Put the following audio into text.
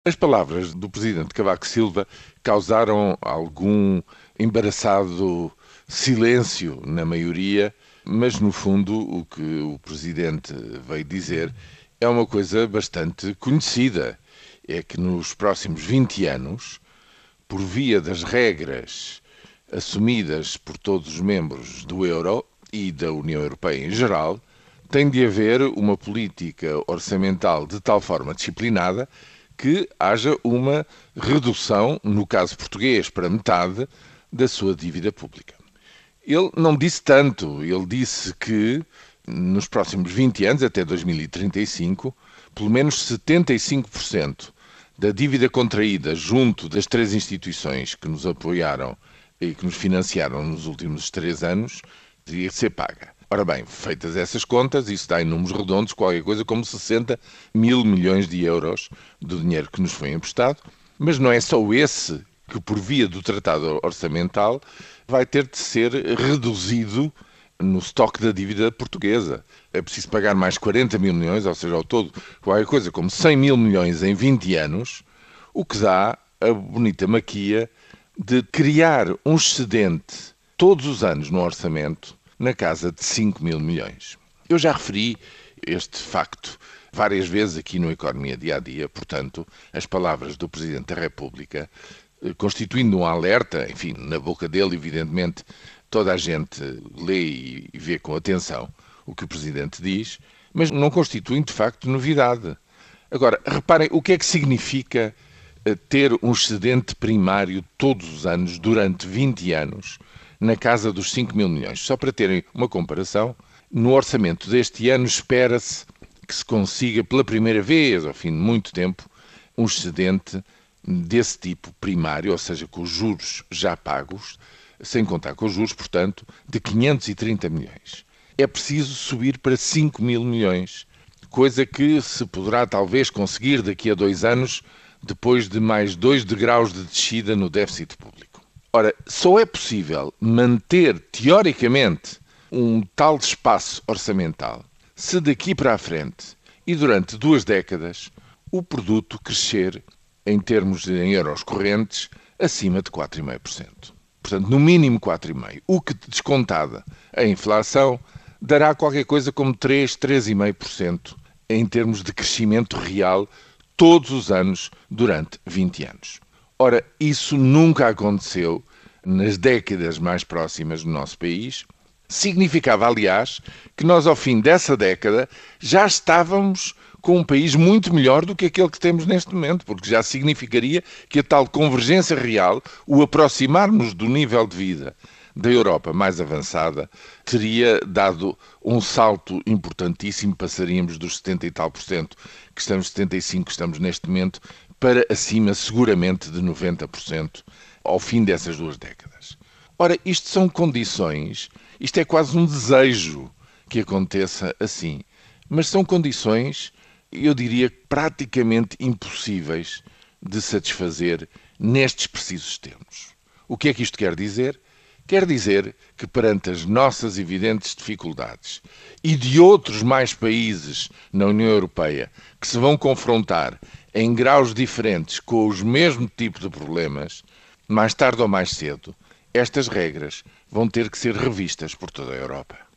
As palavras do presidente Cavaco Silva causaram algum embaraçado silêncio na maioria, mas no fundo o que o presidente veio dizer é uma coisa bastante conhecida. É que nos próximos 20 anos, por via das regras assumidas por todos os membros do euro e da União Europeia em geral, tem de haver uma política orçamental de tal forma disciplinada que haja uma redução, no caso português, para metade da sua dívida pública. Ele não disse tanto, ele disse que nos próximos 20 anos, até 2035, pelo menos 75% da dívida contraída junto das três instituições que nos apoiaram e que nos financiaram nos últimos 3 anos, devia ser paga. Ora bem, feitas essas contas, isso dá em números redondos qualquer coisa como 60 mil milhões de euros do dinheiro que nos foi emprestado, mas não é só esse que, por via do Tratado Orçamental, vai ter de ser reduzido no estoque da dívida portuguesa. É preciso pagar mais 40 mil milhões, ou seja, ao todo, qualquer coisa como 100 mil milhões em 20 anos, o que dá a bonita maquia de criar um excedente todos os anos no orçamento na casa de 5 mil milhões. Eu já referi este facto várias vezes aqui no Economia Dia a Dia, portanto, as palavras do Presidente da República, constituindo um alerta, enfim, na boca dele, evidentemente, toda a gente lê e vê com atenção o que o Presidente diz, mas não constituem, de facto, novidade. Agora, reparem, o que é que significa ter um excedente primário todos os anos, durante 20 anos, na casa dos 5 mil milhões. Só para terem uma comparação, no orçamento deste ano espera-se que se consiga pela primeira vez, ao fim de muito tempo, um excedente desse tipo primário, ou seja, com os juros já pagos, sem contar com os juros, portanto, de 530 milhões. É preciso subir para 5 mil milhões, coisa que se poderá talvez conseguir daqui a 2 anos, depois de mais 2 degraus de descida no déficit público. Ora, só é possível manter, teoricamente, um tal espaço orçamental se daqui para a frente e durante 2 décadas o produto crescer em termos em euros correntes acima de 4,5%. Portanto, no mínimo 4,5%. O que, descontada a inflação, dará qualquer coisa como 3,5% em termos de crescimento real todos os anos durante 20 anos. Ora, isso nunca aconteceu nas décadas mais próximas do nosso país. Significava, aliás, que nós, ao fim dessa década, já estávamos com um país muito melhor do que aquele que temos neste momento, porque já significaria que a tal convergência real, o aproximarmos do nível de vida da Europa mais avançada, teria dado um salto importantíssimo, passaríamos dos 70 e tal por cento, que estamos 75, que estamos neste momento, para acima, seguramente, de 90% ao fim dessas 2 décadas. Ora, isto são condições, isto é quase um desejo que aconteça assim, mas são condições, eu diria, praticamente impossíveis de satisfazer nestes precisos tempos. O que é que isto quer dizer? Quer dizer que perante as nossas evidentes dificuldades e de outros mais países na União Europeia que se vão confrontar em graus diferentes com os mesmos tipos de problemas, mais tarde ou mais cedo, estas regras vão ter que ser revistas por toda a Europa.